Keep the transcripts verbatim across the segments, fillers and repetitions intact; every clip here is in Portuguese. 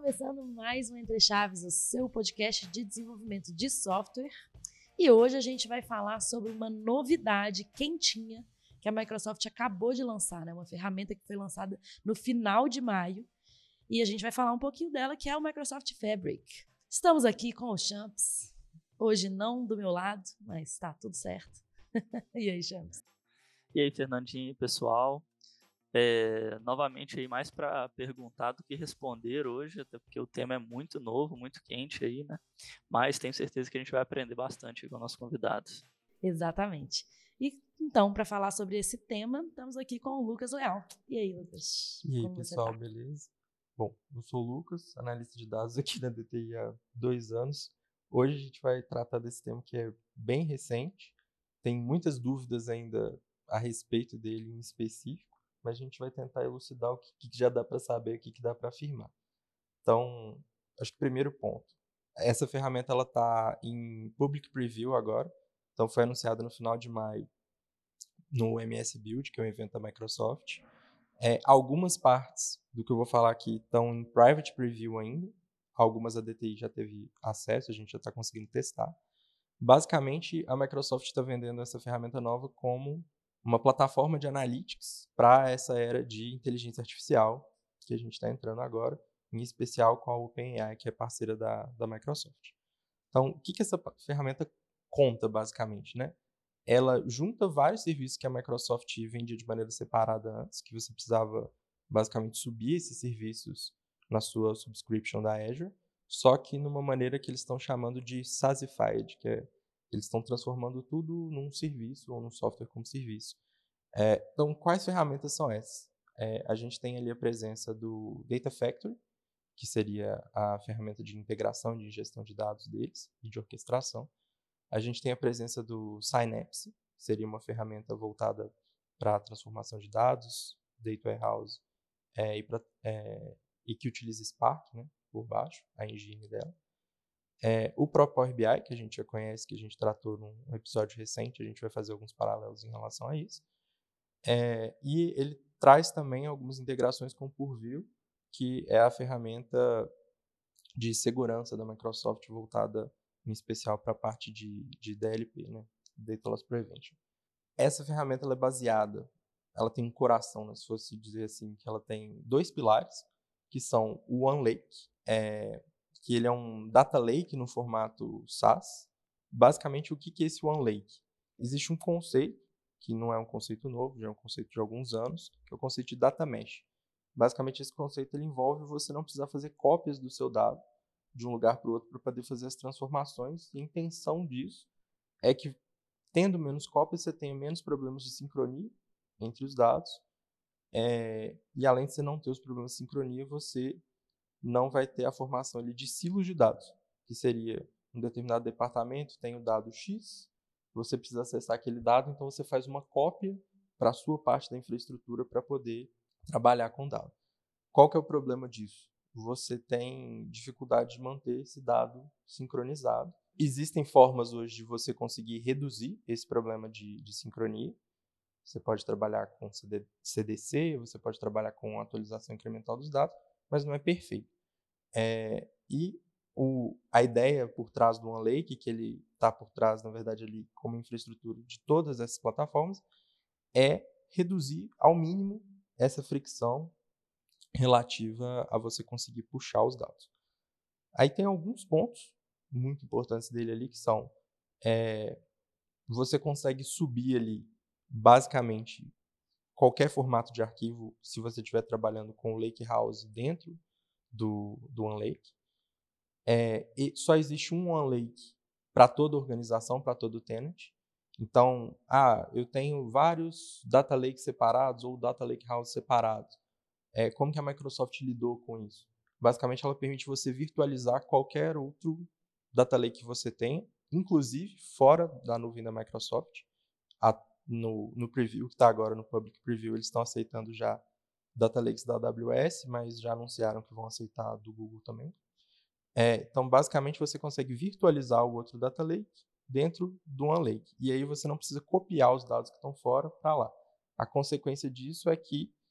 começando mais um Entre Chaves, o seu podcast de desenvolvimento de software. E hoje a gente vai falar sobre uma novidade quentinha que a Microsoft acabou de lançar, né? Uma ferramenta que foi lançada no final de maio. E a gente vai falar um pouquinho dela, que é o Microsoft Fabric. Estamos aqui com o Champs. Hoje não do meu lado, mas tá tudo certo. E aí, Champs? E aí, Fernandinho, pessoal? É, novamente aí mais para perguntar do que responder hoje, até porque o tema é muito novo, muito quente aí, né? Mas tenho certeza que a gente vai aprender bastante com o nosso convidado. Exatamente. E então, para falar sobre esse tema, estamos aqui com o Lucas Leal. E aí, Lucas? E aí, como pessoal, você tá? beleza? Bom, eu sou o Lucas, analista de dados aqui na D T I há dois anos. Hoje a gente vai tratar desse tema que é bem recente, tem muitas dúvidas ainda a respeito dele em específico, mas a gente vai tentar elucidar o que, que já dá para saber, o que, que dá para afirmar. Então, acho que o primeiro ponto, essa ferramenta ela está em public preview agora, então foi anunciada no final de maio no M S Build, que é um evento da Microsoft. É, algumas partes do que eu vou falar aqui estão em private preview ainda. Algumas a D T I já teve acesso, a gente já está conseguindo testar. Basicamente, a Microsoft está vendendo essa ferramenta nova como uma plataforma de analytics para essa era de inteligência artificial que a gente está entrando agora, em especial com a OpenAI, que é parceira da, da Microsoft. Então, o que, que essa ferramenta conta, basicamente, né? Ela junta vários serviços que a Microsoft vendia de maneira separada antes, que você precisava basicamente subir esses serviços na sua subscription da Azure, só que numa maneira que eles estão chamando de SaaSified, que é eles estão transformando tudo num serviço ou num software como serviço. É, então, quais ferramentas são essas? É, a gente tem ali a presença do Data Factory, que seria a ferramenta de integração e de gestão de dados deles e de orquestração. A gente tem a presença do Synapse, que seria uma ferramenta voltada para a transformação de dados, Data Warehouse, é, e, pra, é, e que utiliza Spark, né, por baixo, a engine dela. É, o próprio Power B I, que a gente já conhece, que a gente tratou num episódio recente, a gente vai fazer alguns paralelos em relação a isso. É, e ele traz também algumas integrações com o Purview, que é a ferramenta de segurança da Microsoft voltada em especial para a parte de, de D L P, né? Data Loss Prevention. Essa ferramenta ela é baseada, ela tem um coração, né? Se fosse dizer assim, que ela tem dois pilares, que são o OneLake, é, que ele é um data lake no formato SaaS. Basicamente, o que é esse OneLake? Existe um conceito, que não é um conceito novo, já é um conceito de alguns anos, que é o conceito de data mesh. Basicamente, esse conceito ele envolve você não precisar fazer cópias do seu dado de um lugar para o outro para poder fazer as transformações. E a intenção disso é que, tendo menos cópias, você tenha menos problemas de sincronia entre os dados. É, e além de você não ter os problemas de sincronia, você não vai ter a formação ali de silos de dados, que seria um determinado departamento tem o dado X, você precisa acessar aquele dado, então você faz uma cópia para a sua parte da infraestrutura para poder trabalhar com o dado. Qual que é o problema disso? Você tem dificuldade de manter esse dado sincronizado. Existem formas hoje de você conseguir reduzir esse problema de, de sincronia. Você pode trabalhar com C D C, você pode trabalhar com atualização incremental dos dados, mas não é perfeito. É, e o, a ideia por trás do OneLake, que ele está por trás, na verdade, ali como infraestrutura de todas essas plataformas, é reduzir ao mínimo essa fricção relativa a você conseguir puxar os dados. Aí tem alguns pontos muito importantes dele ali, que são, é, você consegue subir ali, basicamente, qualquer formato de arquivo, se você estiver trabalhando com o Lakehouse dentro do, do OneLake. É, e só existe um OneLake para toda organização, para todo tenant. Então, ah, eu tenho vários data lakes separados ou data lakehouse separados. É, como que a Microsoft lidou com isso? Basicamente, ela permite você virtualizar qualquer outro data lake que você tenha, inclusive fora da nuvem da Microsoft. A, no, no preview, que está agora no public preview, eles estão aceitando já data lakes da A W S, mas já anunciaram que vão aceitar do Google também. É, então, basicamente, você consegue virtualizar o outro data lake dentro do OneLake. E aí você não precisa copiar os dados que estão fora para lá. A consequência disso é que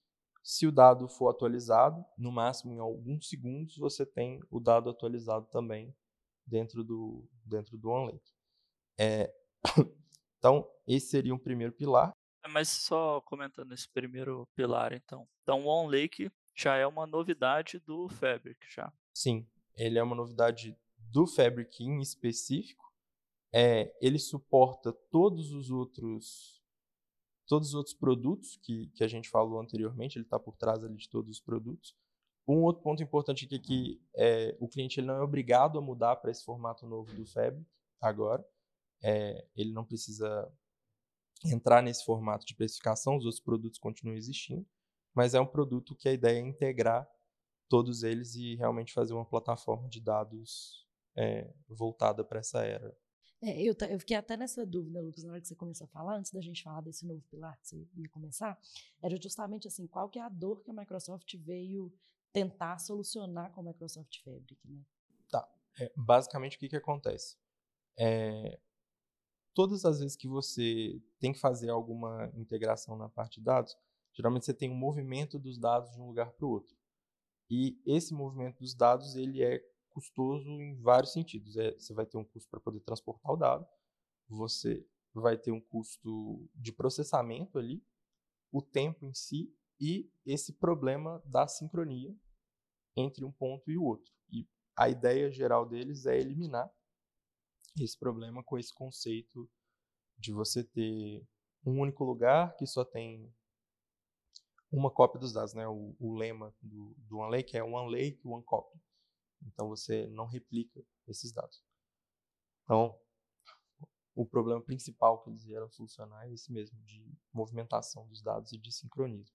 Se o dado for atualizado, no máximo em alguns segundos, você tem o dado atualizado também dentro do, dentro do OneLake. É, então, esse seria um primeiro pilar. Mas só comentando esse primeiro pilar, então. Então, o OneLake já é uma novidade do Fabric, já. Sim, ele é uma novidade do Fabric em específico. É, ele suporta todos os outros todos os outros produtos que, que a gente falou anteriormente, ele está por trás ali de todos os produtos. Um outro ponto importante aqui é que é, o cliente ele não é obrigado a mudar para esse formato novo do Fabric agora. É, ele não precisa entrar nesse formato de precificação, os outros produtos continuam existindo, mas é um produto que a ideia é integrar todos eles e realmente fazer uma plataforma de dados é, voltada para essa era. É, eu, eu fiquei até nessa dúvida, Lucas, na hora que você começou a falar, antes da gente falar desse novo pilar que você ia começar, era justamente assim, qual que é a dor que a Microsoft veio tentar solucionar com o Microsoft Fabric, né? Tá. É, basicamente, o que, que acontece? É, todas as vezes que você tem que fazer alguma integração na parte de dados, geralmente você tem um movimento dos dados de um lugar para o outro. E esse movimento dos dados, ele é custoso em vários sentidos. É, você vai ter um custo para poder transportar o dado, você vai ter um custo de processamento ali, o tempo em si e esse problema da sincronia entre um ponto e o outro. E a ideia geral deles é eliminar esse problema com esse conceito de você ter um único lugar que só tem uma cópia dos dados, né? O, o lema do, do OneLake é One Lake, One Copy. Então, você não replica esses dados. Então, o problema principal que eles vieram solucionar é esse mesmo, de movimentação dos dados e de sincronismo.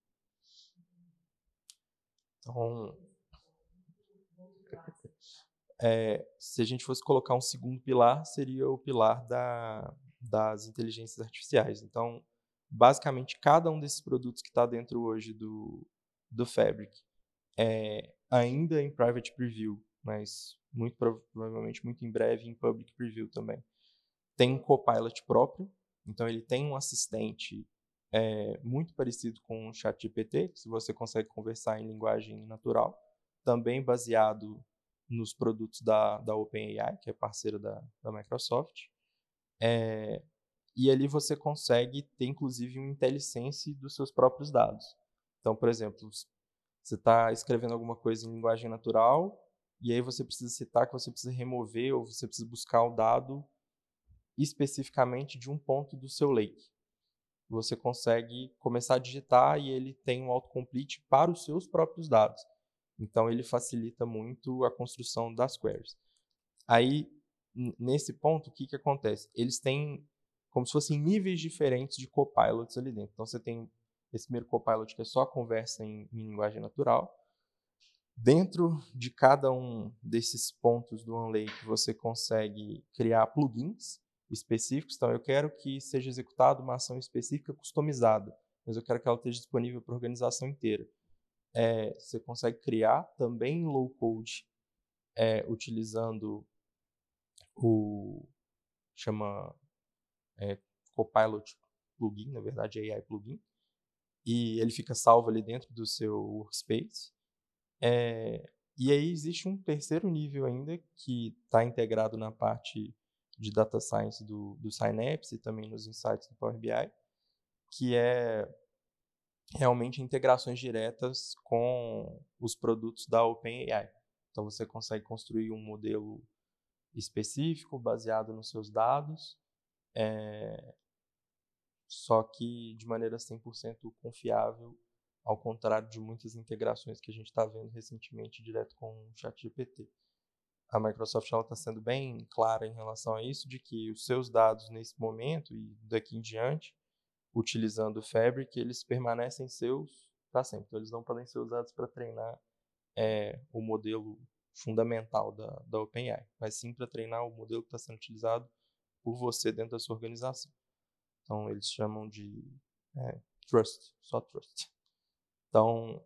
Então, é, se a gente fosse colocar um segundo pilar, seria o pilar da, das inteligências artificiais. Então, basicamente, cada um desses produtos que está dentro hoje do, do Fabric é ainda em private preview, mas muito provavelmente muito em breve em public preview também. Tem um Copilot próprio, então ele tem um assistente é, muito parecido com o ChatGPT, que você consegue conversar em linguagem natural, também baseado nos produtos da, da OpenAI, que é parceira da, da Microsoft. É, e ali você consegue ter, inclusive, um IntelliSense dos seus próprios dados. Então, por exemplo, você está escrevendo alguma coisa em linguagem natural, e aí você precisa citar que você precisa remover ou você precisa buscar o dado especificamente de um ponto do seu lake. Você consegue começar a digitar e ele tem um autocomplete para os seus próprios dados. Então, ele facilita muito a construção das queries. Aí, nesse ponto, o que, que acontece? Eles têm como se fossem níveis diferentes de copilots ali dentro. Então, você tem esse primeiro copilot que é só conversa em, em linguagem natural. Dentro de cada um desses pontos do OneLake, você consegue criar plugins específicos. Então, eu quero que seja executada uma ação específica customizada, mas eu quero que ela esteja disponível para a organização inteira. É, você consegue criar também em low code, é, utilizando o chama é, Copilot plugin, na verdade A I plugin, e ele fica salvo ali dentro do seu workspace. É, e aí existe um terceiro nível ainda que está integrado na parte de Data Science do, do Synapse e também nos insights do Power B I, que é realmente integrações diretas com os produtos da OpenAI. Então você consegue construir um modelo específico baseado nos seus dados, é, só que de maneira cem por cento confiável, ao contrário de muitas integrações que a gente está vendo recentemente direto com o ChatGPT. A Microsoft está sendo bem clara em relação a isso, de que os seus dados nesse momento e daqui em diante, utilizando o Fabric, eles permanecem seus para sempre. Então, eles não podem ser usados para treinar é, o modelo fundamental da, da OpenAI, mas sim para treinar o modelo que está sendo utilizado por você dentro da sua organização. Então, eles chamam de é, trust, só trust. Então,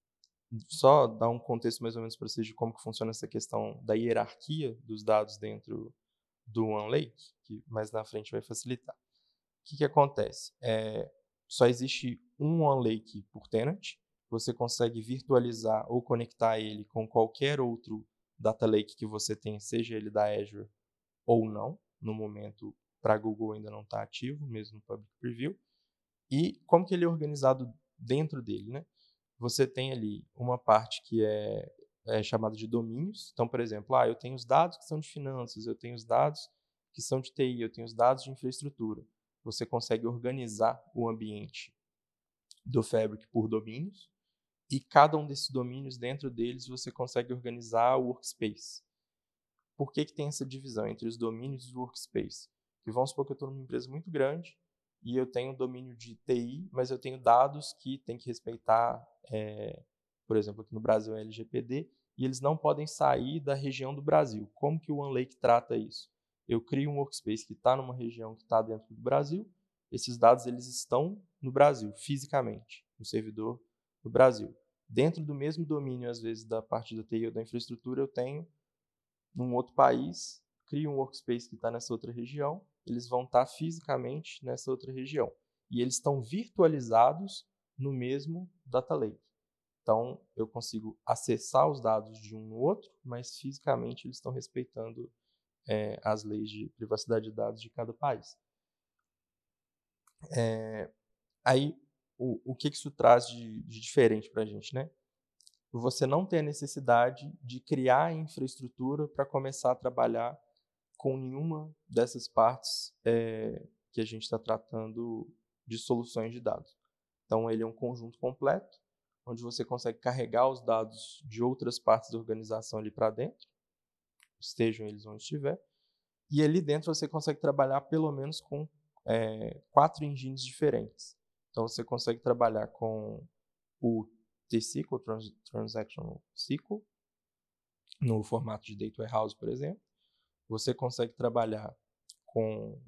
só dar um contexto mais ou menos para vocês de como que funciona essa questão da hierarquia dos dados dentro do OneLake, que mais na frente vai facilitar. O que, que acontece? É, só existe um OneLake por tenant, você consegue virtualizar ou conectar ele com qualquer outro data lake que você tenha, seja ele da Azure ou não. No momento, para a Google ainda não está ativo, mesmo no Public Preview. E como que ele é organizado dentro dele, né? Você tem ali uma parte que é, é chamada de domínios. Então, por exemplo, ah, eu tenho os dados que são de finanças, eu tenho os dados que são de T I, eu tenho os dados de infraestrutura. Você consegue organizar o ambiente do Fabric por domínios, e cada um desses domínios, dentro deles, você consegue organizar o workspace. Por que que tem essa divisão entre os domínios e os workspace? Que vamos supor que eu estou numa empresa muito grande e eu tenho um domínio de T I, mas eu tenho dados que tem que respeitar, é, por exemplo, aqui no Brasil é L G P D, e eles não podem sair da região do Brasil. Como que o OneLake trata isso? Eu crio um workspace que está numa região que está dentro do Brasil, esses dados eles estão no Brasil, fisicamente, no servidor do Brasil. Dentro do mesmo domínio, às vezes, da parte da T I ou da infraestrutura, eu tenho num outro país, crio um workspace que está nessa outra região, eles vão estar tá fisicamente nessa outra região. E eles estão virtualizados no mesmo data lake. Então, eu consigo acessar os dados de um no outro, mas fisicamente eles estão respeitando é, as leis de privacidade de dados de cada país. É, aí, o, o que isso traz de, de diferente para a gente, né? Você não tem a necessidade de criar infraestrutura para começar a trabalhar com nenhuma dessas partes é, que a gente está tratando de soluções de dados. Então, ele é um conjunto completo, onde você consegue carregar os dados de outras partes da organização ali para dentro, estejam eles onde estiver, e ali dentro você consegue trabalhar pelo menos com é, quatro engines diferentes. Então, você consegue trabalhar com o T-SQL, Trans Transactional S Q L, no formato de Data Warehouse, por exemplo. Você consegue trabalhar com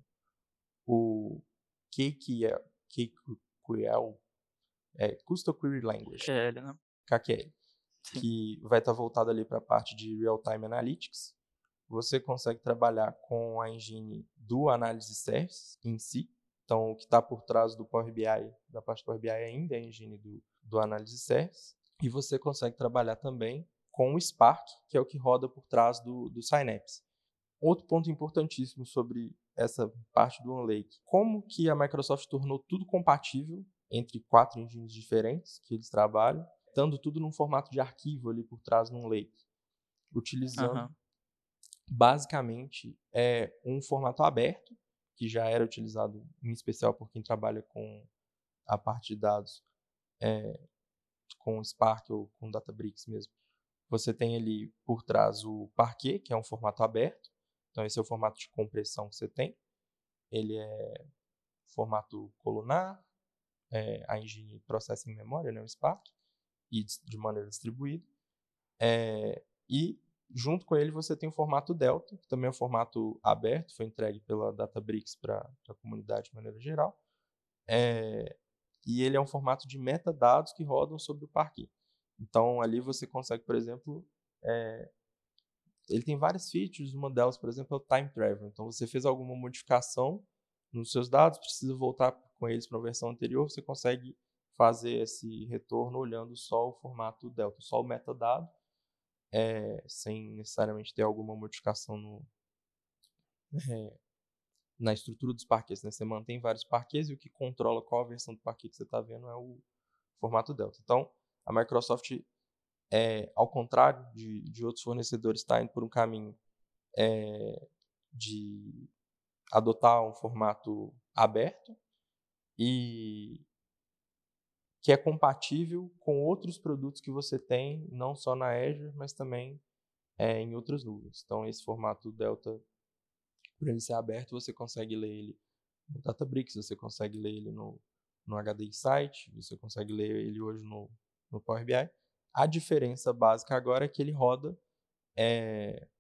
o K Q L, K Q L é, Custom Query Language, K Q L, né? K Q L, Sim. Que vai estar voltado ali para a parte de Real-Time Analytics. Você consegue trabalhar com a engine do Analysis Service em si. Então, o que está por trás do Power B I, da parte do Power B I ainda é a engine do, do Analysis Service. E você consegue trabalhar também com o Spark, que é o que roda por trás do, do Synapse. Outro ponto importantíssimo sobre essa parte do OneLake. Como que a Microsoft tornou tudo compatível entre quatro engines diferentes que eles trabalham, dando tudo num formato de arquivo ali por trás no OneLake, utilizando uhum. basicamente é um formato aberto, que já era utilizado em especial por quem trabalha com a parte de dados é, com Spark ou com Databricks mesmo. Você tem ali por trás o Parquet, que é um formato aberto. Então, esse é o formato de compressão que você tem. Ele é formato colunar, é, a engine processa em memória, né, o Spark, e de maneira distribuída. É, e, junto com ele, você tem o formato Delta, que também é um formato aberto, foi entregue pela Databricks para a comunidade de maneira geral. É, e ele é um formato de metadados que rodam sobre o Parquet. Então, ali você consegue, por exemplo, é, ele tem várias features, uma delas, por exemplo, é o Time Travel. Então, você fez alguma modificação nos seus dados, precisa voltar com eles para a versão anterior, você consegue fazer esse retorno olhando só o formato Delta, só o metadado, é, sem necessariamente ter alguma modificação no, é, na estrutura dos parquets. Né? Você mantém vários parquets e o que controla qual a versão do parquet que você está vendo é o formato Delta. Então, a Microsoft, é, ao contrário de, de outros fornecedores, está indo por um caminho é, de adotar um formato aberto e que é compatível com outros produtos que você tem, não só na Azure, mas também é, em outras nuvens. Então, esse formato Delta, por ele ser aberto, você consegue ler ele no Databricks, você consegue ler ele no, no H D Insight, você consegue ler ele hoje no, no Power B I. A diferença básica agora é que ele roda é,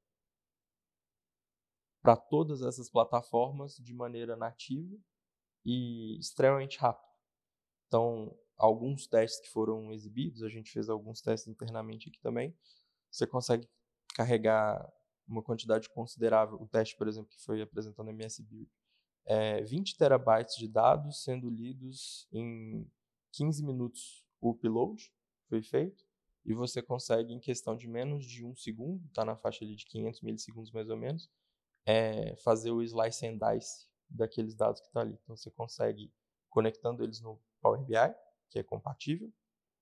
para todas essas plataformas de maneira nativa e extremamente rápido. Então, alguns testes que foram exibidos, a gente fez alguns testes internamente aqui também, você consegue carregar uma quantidade considerável. O teste, por exemplo, que foi apresentado no M S Build, é vinte terabytes de dados sendo lidos em quinze minutos o upload, foi feito, e você consegue, em questão de menos de um segundo, está na faixa ali de quinhentos milissegundos mais ou menos, é, fazer o slice and dice daqueles dados que estão ali. Então, você consegue, conectando eles no Power B I, que é compatível,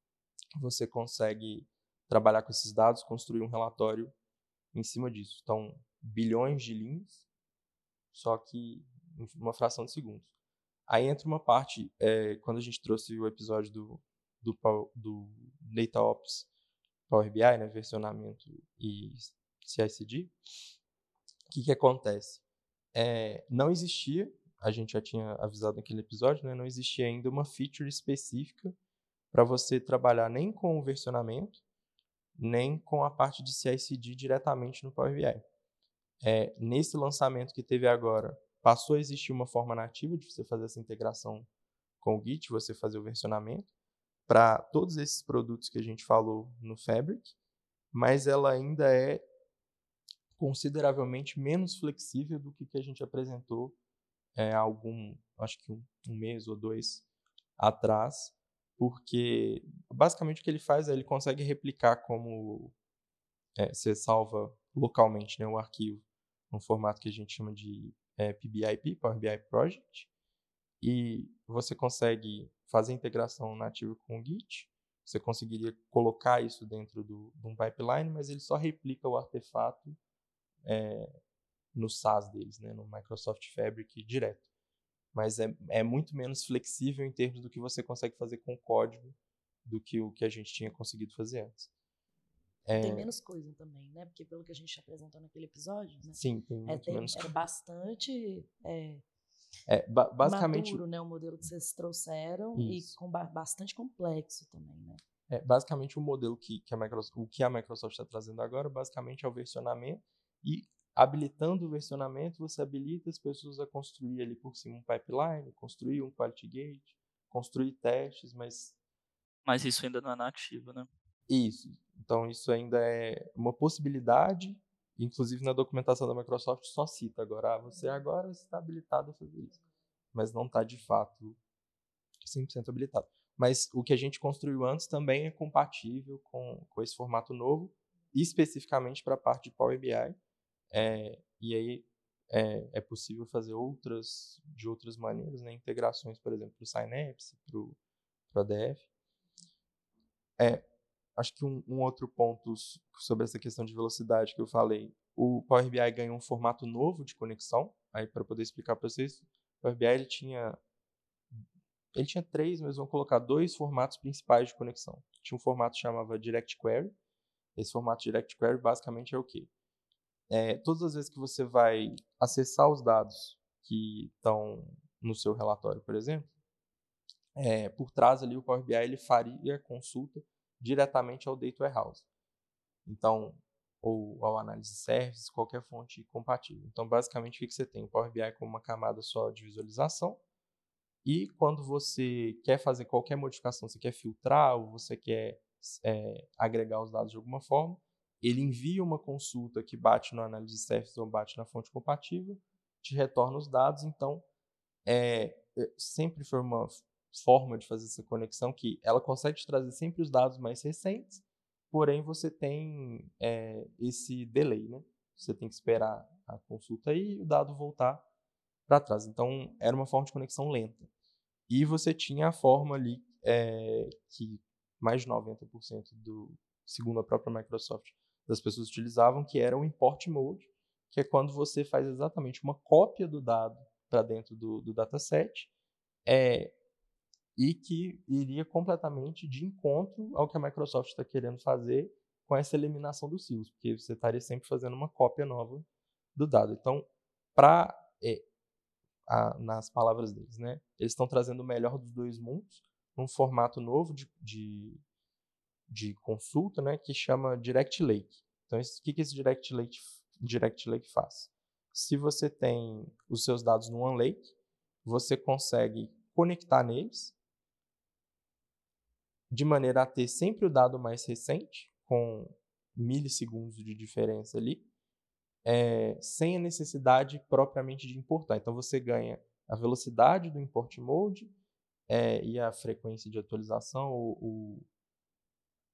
você consegue trabalhar com esses dados, construir um relatório em cima disso. Então, bilhões de linhas, só que em uma fração de segundos. Aí entra uma parte, é, quando a gente trouxe o episódio do, do, do DataOps Power B I, né, versionamento e C I C D, o que, que acontece? É, não existia, a gente já tinha avisado naquele episódio, né, não existia ainda uma feature específica para você trabalhar nem com o versionamento, nem com a parte de C I C D diretamente no Power B I. É, nesse lançamento que teve agora, passou a existir uma forma nativa de você fazer essa integração com o Git, você fazer o versionamento para todos esses produtos que a gente falou no Fabric, mas ela ainda é consideravelmente menos flexível do que, que a gente apresentou é, algum, acho que um, um mês ou dois atrás, porque basicamente o que ele faz é ele consegue replicar como é, você salva localmente, né, o arquivo num formato que a gente chama de é, P B I P, Power B I Project, e você consegue fazer integração nativa com o Git, você conseguiria colocar isso dentro do, de um pipeline, mas ele só replica o artefato é, no SaaS deles, né, no Microsoft Fabric direto. Mas é, é muito menos flexível em termos do que você consegue fazer com código do que o que a gente tinha conseguido fazer antes. É, tem menos coisa também, né? Porque pelo que a gente apresentou naquele episódio, né? Sim, tem muito é, tem, menos é coisa. bastante é, é, ba basicamente, maduro, né? O modelo que vocês trouxeram isso. E com ba bastante complexo também, né? É, basicamente, o modelo que, que, a Microsoft, o que a Microsoft está trazendo agora, basicamente, é o versionamento. E habilitando o versionamento, você habilita as pessoas a construir ali por cima um pipeline, construir um quality gate, construir testes, mas... Mas isso ainda não é nativo, né? Isso. Então, isso ainda é uma possibilidade, inclusive na documentação da Microsoft só cita agora, ah, você agora está habilitado a fazer isso. Mas não está, de fato, cem por cento habilitado. Mas o que a gente construiu antes também é compatível com, com esse formato novo, especificamente para a parte de Power B I. É, e aí é, é possível fazer outras, de outras maneiras, né? Integrações, por exemplo, para o Synapse, para o A D F. É, acho que um, um outro ponto sobre essa questão de velocidade que eu falei, o Power B I ganhou um formato novo de conexão, aí para poder explicar para vocês, o Power B I ele tinha, ele tinha três, mas vamos colocar dois formatos principais de conexão. Tinha um formato que chamava Direct Query, esse formato Direct Query basicamente é o quê? É, todas as vezes que você vai acessar os dados que estão no seu relatório, por exemplo, é, por trás ali o Power B I ele faria a consulta diretamente ao Data Warehouse. Então, ou ao Analysis Service, qualquer fonte compatível. Então, basicamente, o que você tem? O Power B I como uma camada só de visualização. E quando você quer fazer qualquer modificação, você quer filtrar ou você quer é, agregar os dados de alguma forma, ele envia uma consulta que bate no Analysis Service ou bate na fonte compatível, te retorna os dados. Então, é, sempre foi uma forma de fazer essa conexão que ela consegue te trazer sempre os dados mais recentes, porém você tem é, esse delay, né? Você tem que esperar a consulta aí e o dado voltar para trás. Então, era uma forma de conexão lenta. E você tinha a forma ali é, que mais de noventa por cento, do, segundo a própria Microsoft, das pessoas utilizavam, que era o Import Mode, que é quando você faz exatamente uma cópia do dado para dentro do, do dataset, é, e que iria completamente de encontro ao que a Microsoft está querendo fazer com essa eliminação dos silos, porque você estaria sempre fazendo uma cópia nova do dado. Então, para é, nas palavras deles, né, eles estão trazendo o melhor dos dois mundos num formato novo de, de, de consulta, né, que chama Direct Lake. Então, o que, que esse Direct Lake, Direct Lake faz? Se você tem os seus dados no OneLake, você consegue conectar neles de maneira a ter sempre o dado mais recente, com milissegundos de diferença ali, é, sem a necessidade propriamente de importar. Então, você ganha a velocidade do import mode é, e a frequência de atualização, o, o,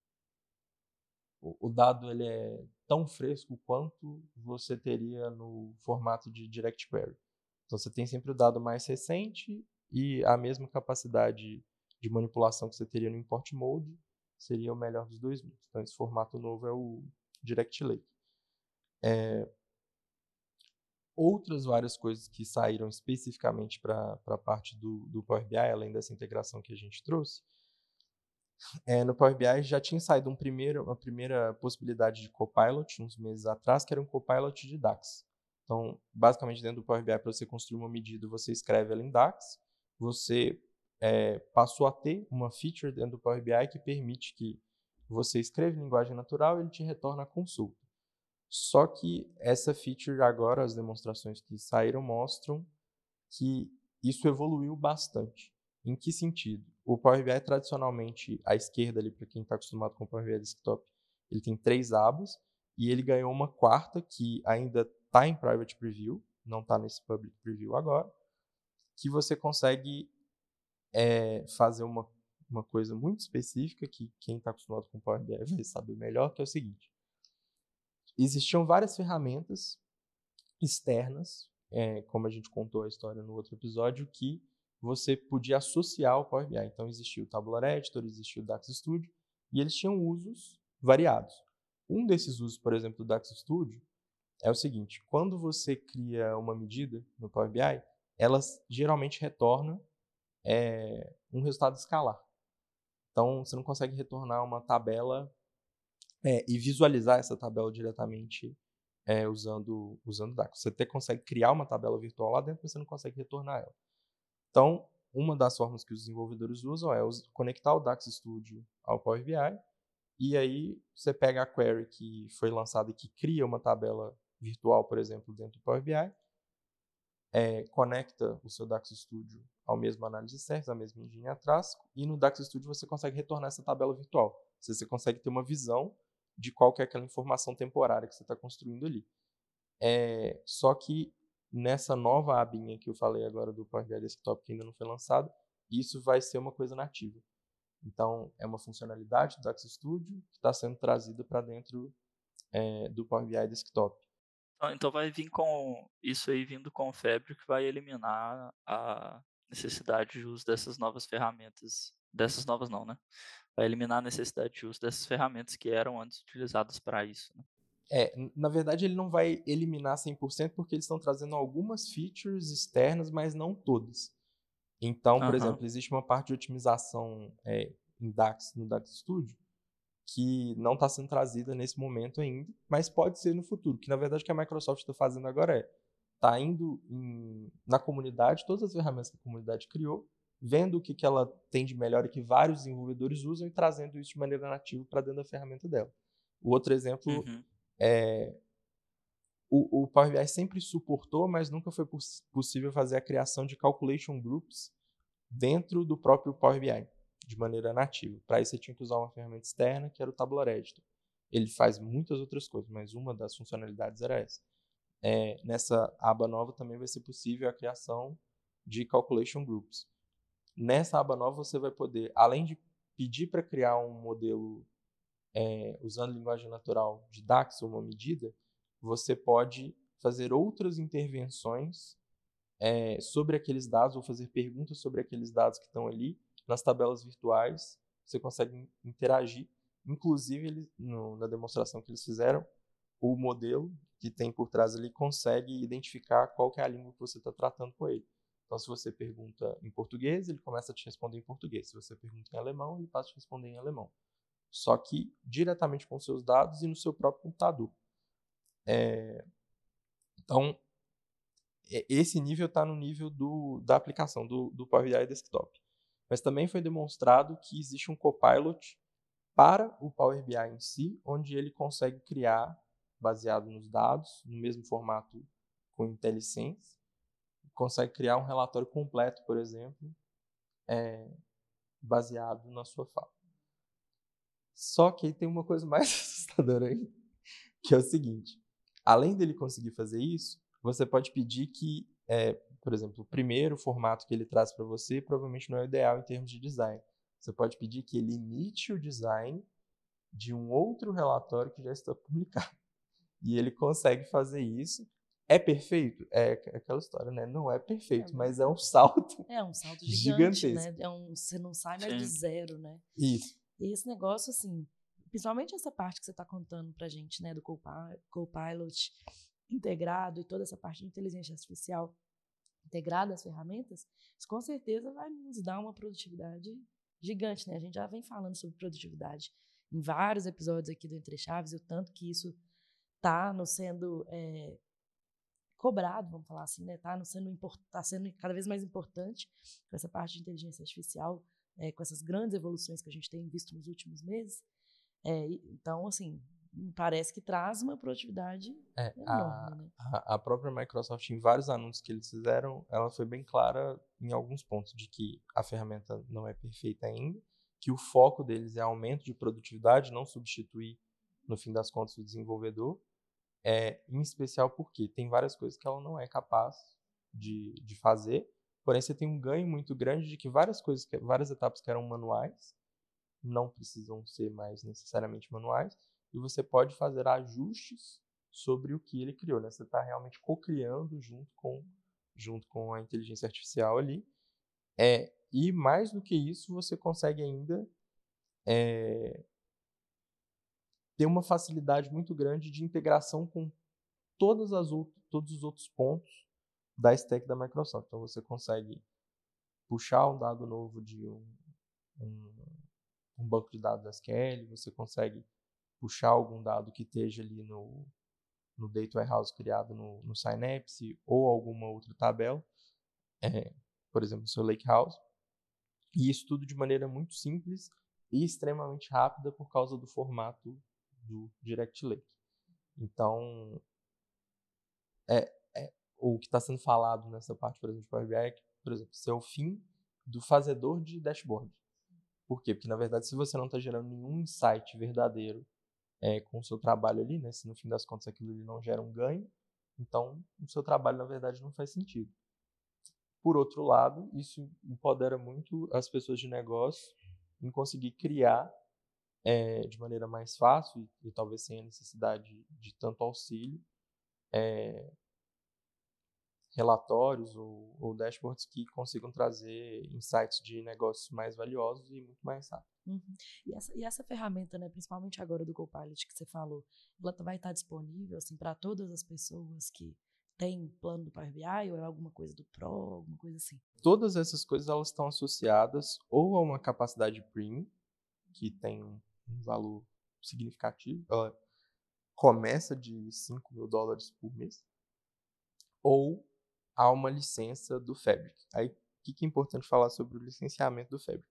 o dado ele é tão fresco quanto você teria no formato de Direct Query. Então, você tem sempre o dado mais recente e a mesma capacidade de manipulação que você teria no Import Mode seria o melhor dos dois mundos. Então, esse formato novo é o Direct Lake. É, outras várias coisas que saíram especificamente para a parte do, do Power B I, além dessa integração que a gente trouxe, é, no Power B I já tinha saído um primeiro, uma primeira possibilidade de Copilot, uns meses atrás, que era um Copilot de DAX. Então, basicamente, dentro do Power B I, para você construir uma medida, você escreve ela em DAX, você é, passou a ter uma feature dentro do Power B I que permite que você escreva em linguagem natural e ele te retorna a consulta. Só que essa feature agora, as demonstrações que saíram mostram que isso evoluiu bastante. Em que sentido? O Power B I, tradicionalmente, à esquerda, ali para quem está acostumado com o Power B I Desktop, ele tem três abas, e ele ganhou uma quarta, que ainda está em Private Preview, não está nesse Public Preview agora, que você consegue é, fazer uma, uma coisa muito específica, que quem está acostumado com o Power B I vai saber melhor, que é o seguinte. Existiam várias ferramentas externas, é, como a gente contou a história no outro episódio, que você podia associar ao Power B I. Então, existia o Tabular Editor, existia o DAX Studio, e eles tinham usos variados. Um desses usos, por exemplo, do DAX Studio, é o seguinte: quando você cria uma medida no Power B I, ela geralmente retorna é, um resultado escalar. Então, você não consegue retornar uma tabela é, e visualizar essa tabela diretamente é, usando, usando DAX. Você até consegue criar uma tabela virtual lá dentro, mas você não consegue retornar ela. Então, uma das formas que os desenvolvedores usam é conectar o DAX Studio ao Power B I, e aí você pega a query que foi lançada e que cria uma tabela virtual, por exemplo, dentro do Power B I, é, conecta o seu DAX Studio ao mesmo análise service, à mesma engine atrás, e no DAX Studio você consegue retornar essa tabela virtual. Você consegue ter uma visão de qual que é aquela informação temporária que você está construindo ali. É, só que nessa nova abinha que eu falei agora do Power B I Desktop, que ainda não foi lançado, isso vai ser uma coisa nativa. Então, é uma funcionalidade do DAX Studio que está sendo trazida para dentro é, do Power B I Desktop. Então vai vir com isso aí vindo com o Fabric, vai eliminar a necessidade de uso dessas novas ferramentas, dessas novas não, né? Vai eliminar a necessidade de uso dessas ferramentas que eram antes utilizadas para isso, né? É, na verdade ele não vai eliminar cem por cento porque eles estão trazendo algumas features externas, mas não todas. Então, por Uhum. exemplo, existe uma parte de otimização é, em DAX, no DAX Studio, que não está sendo trazida nesse momento ainda, mas pode ser no futuro, que na verdade o que a Microsoft está fazendo agora é, está indo em, na comunidade, todas as ferramentas que a comunidade criou, vendo o que, que ela tem de melhor e que vários desenvolvedores usam e trazendo isso de maneira nativa para dentro da ferramenta dela. O outro exemplo Uhum. é o, o Power B I sempre suportou, mas nunca foi poss- possível fazer a criação de calculation groups dentro do próprio Power B I, de maneira nativa. Para isso, você tinha que usar uma ferramenta externa, que era o Tabular Editor. Ele faz muitas outras coisas, mas uma das funcionalidades era essa. É, nessa aba nova também vai ser possível a criação de calculation groups. Nessa aba nova, você vai poder, além de pedir para criar um modelo é, usando linguagem natural de DAX ou uma medida, você pode fazer outras intervenções é, sobre aqueles dados ou fazer perguntas sobre aqueles dados que estão ali nas tabelas virtuais. Você consegue interagir. Inclusive, ele, no, na demonstração que eles fizeram, o modelo que tem por trás ali consegue identificar qual que é a língua que você está tratando com ele. Então, se você pergunta em português, ele começa a te responder em português. Se você pergunta em alemão, ele passa a te responder em alemão. Só que diretamente com seus dados e no seu próprio computador. É, então, esse nível está no nível do, da aplicação do, do Power B I Desktop. Mas também foi demonstrado que existe um Copilot para o Power B I em si, onde ele consegue criar, baseado nos dados, no mesmo formato com IntelliSense, consegue criar um relatório completo, por exemplo, é, baseado na sua fala. Só que tem uma coisa mais assustadora aí, que é o seguinte: além dele conseguir fazer isso, você pode pedir que, é, por exemplo, o primeiro formato que ele traz para você provavelmente não é o ideal em termos de design. Você pode pedir que ele imite o design de um outro relatório que já está publicado. E ele consegue fazer isso. É perfeito? É aquela história, né? Não é perfeito, é, mas é um salto É um salto gigante, gigantesco. né? É um, você não sai mais Sim. do zero, né? Isso. E esse negócio, assim, principalmente essa parte que você está contando pra gente, né? Do Copilot integrado e toda essa parte de inteligência artificial integrada às ferramentas, isso com certeza vai nos dar uma produtividade gigante, né? A gente já vem falando sobre produtividade em vários episódios aqui do Entre Chaves, e o tanto que isso está nos sendo é, cobrado, vamos falar assim, né? Está sendo, tá sendo cada vez mais importante com essa parte de inteligência artificial, é, com essas grandes evoluções que a gente tem visto nos últimos meses. É, então, assim, me parece que traz uma produtividade é, enorme, a, né? A, a própria Microsoft, em vários anúncios que eles fizeram, ela foi bem clara em alguns pontos de que a ferramenta não é perfeita ainda, que o foco deles é aumento de produtividade, não substituir, no fim das contas, o desenvolvedor. É, em especial porque tem várias coisas que ela não é capaz de, de fazer, porém você tem um ganho muito grande de que várias coisas, que, várias etapas que eram manuais, não precisam ser mais necessariamente manuais, e você pode fazer ajustes sobre o que ele criou, né? Você está realmente co-criando junto com, junto com a inteligência artificial ali. É, e mais do que isso, você consegue ainda é, ter uma facilidade muito grande de integração com todas as outras, todos os outros pontos da stack da Microsoft. Então você consegue puxar um dado novo de um, um, um banco de dados S Q L, você consegue puxar algum dado que esteja ali no, no Data Warehouse criado no, no Synapse ou alguma outra tabela, é, por exemplo, no seu Lakehouse. E isso tudo de maneira muito simples e extremamente rápida por causa do formato do Direct Lake. Então, é, é, o que está sendo falado nessa parte, por exemplo, de Power B I, é que, por exemplo, ser o fim do fazedor de dashboard. Por quê? Porque, na verdade, se você não está gerando nenhum insight verdadeiro é, com o seu trabalho ali, né, se no fim das contas aquilo ali não gera um ganho, então o seu trabalho, na verdade, não faz sentido. Por outro lado, isso empodera muito as pessoas de negócio em conseguir criar é, de maneira mais fácil e, e talvez sem a necessidade de, de tanto auxílio, é, relatórios ou, ou dashboards que consigam trazer insights de negócios mais valiosos e muito mais rápido. Uhum. E, essa, e essa ferramenta, né, principalmente agora do Copilot que você falou, ela vai estar disponível assim, para todas as pessoas que têm plano do Power B I ou é alguma coisa do Pro, alguma coisa assim? Todas essas coisas elas estão associadas ou a uma capacidade premium, que tem um, um valor significativo, ela começa de cinco mil dólares por mês, ou a uma licença do Fabric. Aí, o que, que é importante falar sobre o licenciamento do Fabric?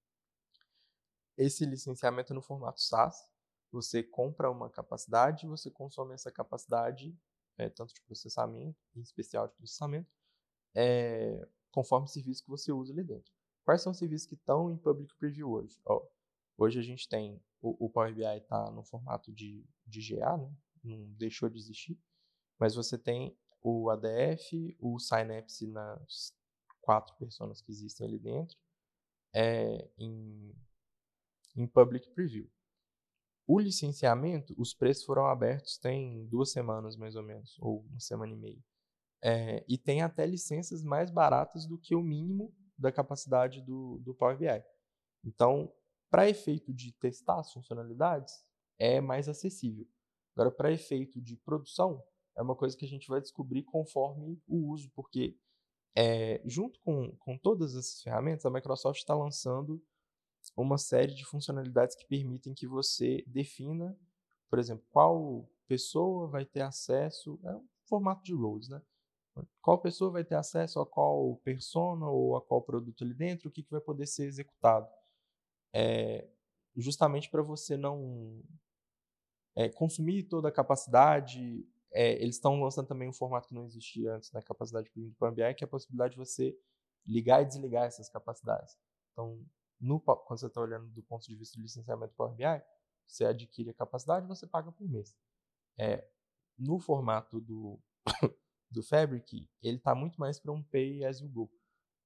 Esse licenciamento é no formato SaaS. Você compra uma capacidade, você consome essa capacidade, é, tanto de processamento, em especial de processamento, é, conforme o serviço que você usa ali dentro. Quais são os serviços que estão em Public Preview hoje? Ó, hoje a gente tem, o, o Power B I está no formato de, de G A, né? Não deixou de existir, mas você tem o A D F, o Synapse nas quatro personas que existem ali dentro, é, em, em Public Preview. O licenciamento, os preços foram abertos tem duas semanas mais ou menos, ou uma semana e meia. É, e tem até licenças mais baratas do que o mínimo da capacidade do, do Power B I. Então, para efeito de testar as funcionalidades, é mais acessível. Agora, para efeito de produção, é uma coisa que a gente vai descobrir conforme o uso, porque é, junto com, com todas essas ferramentas, a Microsoft está lançando uma série de funcionalidades que permitem que você defina, por exemplo, qual pessoa vai ter acesso, é um formato de roles, né? Qual pessoa vai ter acesso a qual persona ou a qual produto ali dentro, o que, que vai poder ser executado. É, justamente para você não é, consumir toda a capacidade. É, eles estão lançando também um formato que não existia antes na capacidade do Power B I, que é a possibilidade de você ligar e desligar essas capacidades. Então, no, quando você está olhando do ponto de vista do licenciamento do Power B I, você adquire a capacidade e você paga por mês. É, no formato do, do Fabric, ele está muito mais para um pay as you go.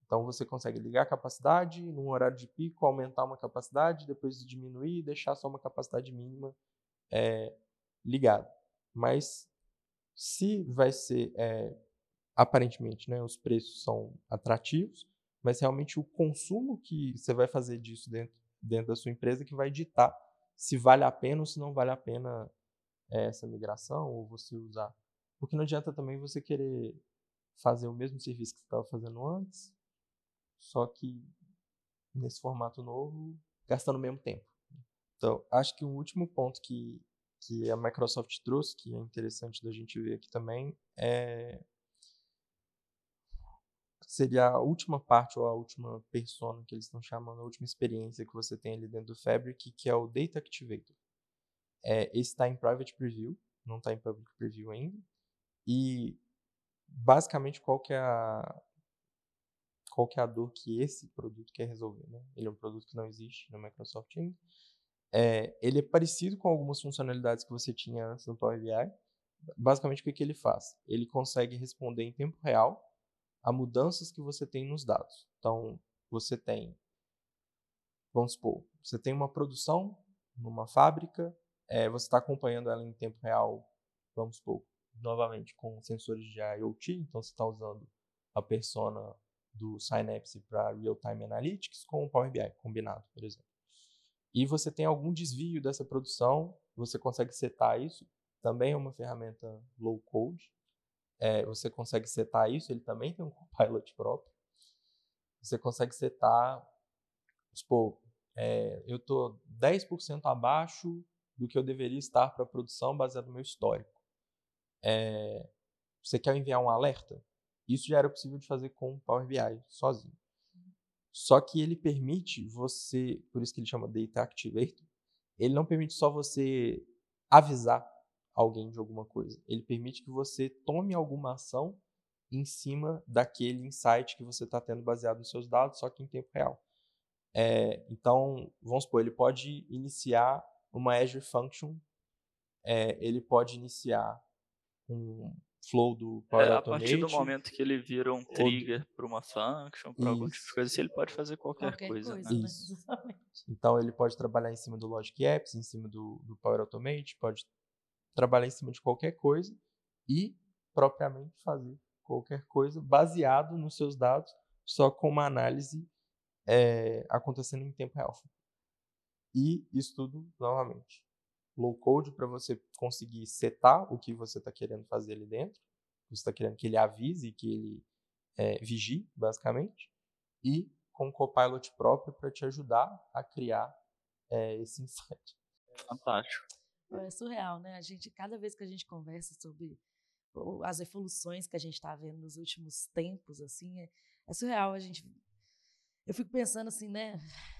Então, você consegue ligar a capacidade, num horário de pico, aumentar uma capacidade, depois diminuir e deixar só uma capacidade mínima é, ligada. Mas, se vai ser, é, aparentemente, né, os preços são atrativos, mas realmente o consumo que você vai fazer disso dentro, dentro da sua empresa que vai ditar se vale a pena ou se não vale a pena é, essa migração ou você usar. Porque não adianta também você querer fazer o mesmo serviço que você estava fazendo antes, só que nesse formato novo, gastando o mesmo tempo. Então, acho que o último ponto que, que a Microsoft trouxe, que é interessante da gente ver aqui também, é, seria a última parte ou a última persona que eles estão chamando, a última experiência que você tem ali dentro do Fabric, que é o Data Activator. É, esse está em Private Preview, não está em Public Preview ainda. E, basicamente, qual que é a, qual que é a dor que esse produto quer resolver, né? Ele é um produto que não existe na Microsoft ainda. É, ele é parecido com algumas funcionalidades que você tinha antes no Power B I. Basicamente, o que, que ele faz? Ele consegue responder em tempo real a mudanças que você tem nos dados. Então, você tem, vamos supor, você tem uma produção numa fábrica, é, você está acompanhando ela em tempo real, vamos supor, novamente com sensores de IoT, então você está usando a persona do Synapse para Real-Time Analytics com o Power B I combinado, por exemplo. E você tem algum desvio dessa produção, você consegue setar isso, também é uma ferramenta low code, é, você consegue setar isso, ele também tem um copilot próprio, você consegue setar, supor, é, eu estou dez por cento abaixo do que eu deveria estar para a produção baseado no meu histórico. É, você quer enviar um alerta? Isso já era possível de fazer com o Power B I sozinho. Só que ele permite você, por isso que ele chama Data Activator, ele não permite só você avisar alguém de alguma coisa. Ele permite que você tome alguma ação em cima daquele insight que você está tendo baseado nos seus dados, só que em tempo real. É, então, vamos supor, ele pode iniciar uma Azure Function, é, ele pode iniciar um flow do Power É, a partir do Automate. momento que ele vira um trigger para uma function, para algum tipo de Isso. coisa, assim, ele pode fazer qualquer, Qualquer coisa, coisa, né? né? Isso. Exatamente. Então, ele pode trabalhar em cima do Logic Apps, em cima do, do Power Automate, pode trabalhar em cima de qualquer coisa e propriamente fazer qualquer coisa baseado nos seus dados, só com uma análise é, acontecendo em tempo real. E isso tudo, novamente, low code para você conseguir setar o que você está querendo fazer ali dentro, você está querendo que ele avise, que ele é, vigie, basicamente, e com o Copilot próprio para te ajudar a criar é, esse insight. Fantástico. É surreal, né? A gente, cada vez que a gente conversa sobre as evoluções que a gente está vendo nos últimos tempos, assim, é, é surreal. A gente, eu fico pensando assim, né?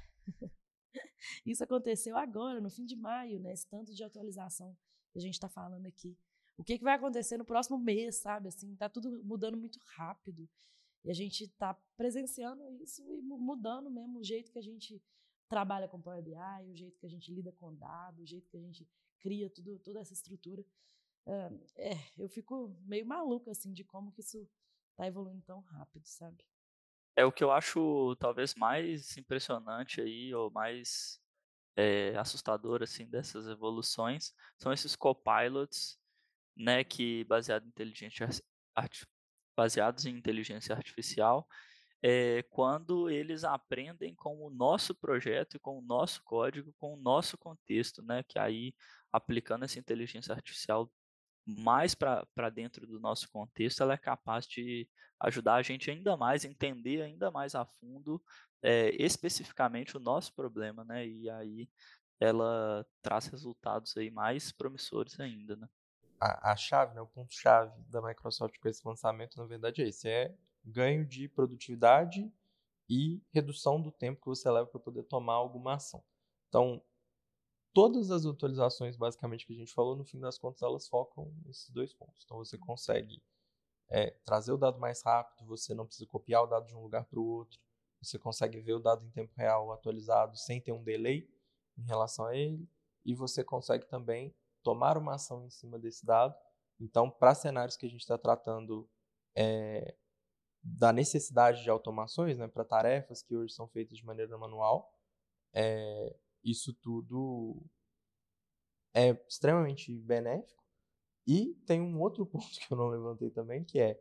Isso aconteceu agora, no fim de maio, né? Esse tanto de atualização que a gente está falando aqui. O que, que vai acontecer no próximo mês, sabe? Assim, tá tudo mudando muito rápido. E a gente está presenciando isso e mudando mesmo o jeito que a gente trabalha com Power B I, o jeito que a gente lida com dados, o jeito que a gente cria tudo, toda essa estrutura. Uh, é, eu fico meio maluca, assim, de como que isso está evoluindo tão rápido, sabe? É o que eu acho talvez mais impressionante aí, ou mais é, assustador assim dessas evoluções, são esses copilots, né, que baseado em inteligência arti- baseados em inteligência artificial, é, quando eles aprendem com o nosso projeto e com o nosso código, com o nosso contexto, né, que aí aplicando essa inteligência artificial mais para dentro do nosso contexto, ela é capaz de ajudar a gente ainda mais, entender ainda mais a fundo, é, especificamente o nosso problema, né? E aí ela traz resultados aí mais promissores ainda, né? A, a chave, né, o ponto-chave da Microsoft com esse lançamento, na verdade, é esse. É ganho de produtividade e redução do tempo que você leva para poder tomar alguma ação. Então, todas as atualizações, basicamente, que a gente falou, no fim das contas, elas focam nesses dois pontos. Então, você consegue é, trazer o dado mais rápido, você não precisa copiar o dado de um lugar para o outro, você consegue ver o dado em tempo real atualizado sem ter um delay em relação a ele, e você consegue também tomar uma ação em cima desse dado. Então, para cenários que a gente está tratando é, da necessidade de automações, né, para tarefas que hoje são feitas de maneira manual, é, isso tudo é extremamente benéfico. E tem um outro ponto que eu não levantei também, que é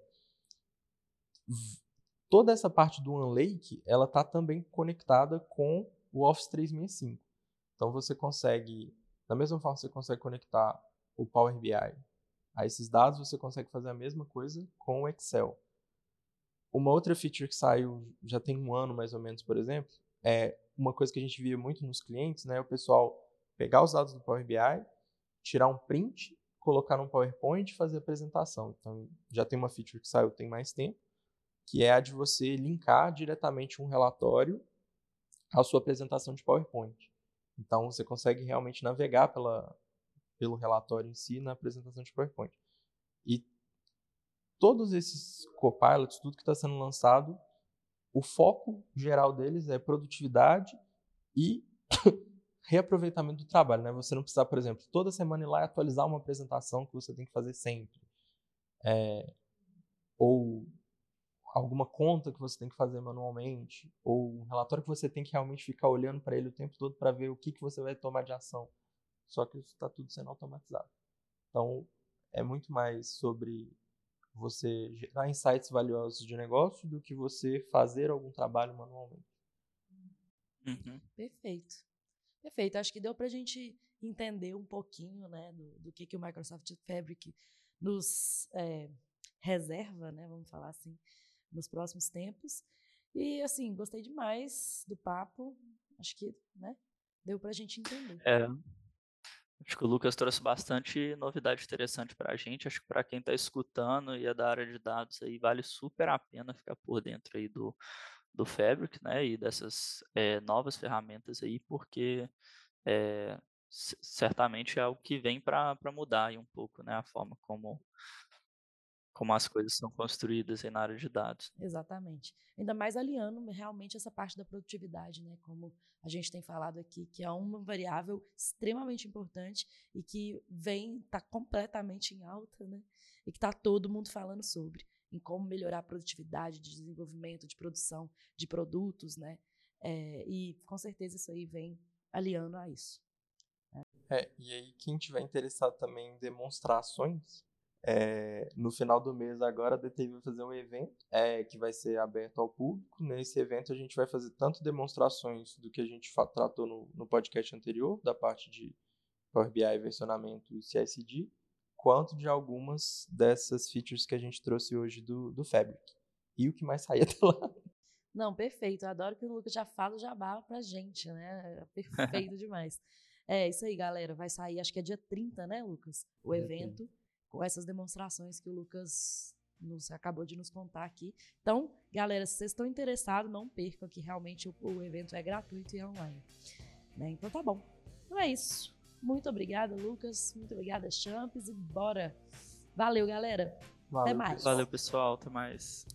toda essa parte do OneLake, ela está também conectada com o Office trezentos e sessenta e cinco. Então você consegue, da mesma forma que você consegue conectar o Power B I a esses dados, você consegue fazer a mesma coisa com o Excel. Uma outra feature que saiu já tem um ano mais ou menos, por exemplo, é uma coisa que a gente via muito nos clientes, né? O pessoal pegar os dados do Power B I, tirar um print, colocar no PowerPoint e fazer a apresentação. Então já tem uma feature que saiu tem mais tempo, que é a de você linkar diretamente um relatório à sua apresentação de PowerPoint. Então você consegue realmente navegar pela, pelo relatório em si na apresentação de PowerPoint. E todos esses copilots, tudo que está sendo lançado, o foco geral deles é produtividade e reaproveitamento do trabalho, né? Você não precisa, por exemplo, toda semana ir lá e atualizar uma apresentação que você tem que fazer sempre. É, ou alguma conta que você tem que fazer manualmente, ou um relatório que você tem que realmente ficar olhando para ele o tempo todo para ver o que, que você vai tomar de ação. Só que isso está tudo sendo automatizado. Então, é muito mais sobre você gerar insights valiosos de negócio do que você fazer algum trabalho manualmente. Uhum. Perfeito. Perfeito. Acho que deu para a gente entender um pouquinho, né, do, do que, que o Microsoft Fabric nos é, reserva, né, vamos falar assim, nos próximos tempos. E, assim, gostei demais do papo. Acho que, né, deu para a gente entender. É, acho que o Lucas trouxe bastante novidade interessante para a gente. Acho que para quem está escutando e é da área de dados aí, vale super a pena ficar por dentro aí do, do Fabric, né, e dessas é, novas ferramentas aí, porque é, c- certamente é algo que vem para mudar aí um pouco, né, a forma como, como as coisas são construídas aí na área de dados. Exatamente. Ainda mais alinhando realmente essa parte da produtividade, né? Como a gente tem falado aqui, que é uma variável extremamente importante e que vem, está completamente em alta, né? E que está todo mundo falando sobre, em como melhorar a produtividade de desenvolvimento, de produção de produtos, né? É, e com certeza isso aí vem alinhando a isso. É, e aí quem tiver interessado também em demonstrações, é, no final do mês agora a D T I vai fazer um evento é, que vai ser aberto ao público. Nesse evento a gente vai fazer tanto demonstrações do que a gente tratou no, no podcast anterior, da parte de Power B I, versionamento e C I C D, quanto de algumas dessas features que a gente trouxe hoje do, do Fabric. E o que mais sair até lá. Não, perfeito. Eu adoro que o Lucas já fala o jabá pra gente, né? É perfeito demais. É isso aí, galera. Vai sair, acho que é dia trinta, né, Lucas? O evento, com essas demonstrações que o Lucas nos, acabou de nos contar aqui. Então, galera, se vocês estão interessados, não percam que realmente o, o evento é gratuito e é online. Né? Então tá bom. Então é isso. Muito obrigada, Lucas. Muito obrigada, Champs. E bora. Valeu, galera. Valeu, Até mais. pessoal. Valeu, pessoal. Até mais.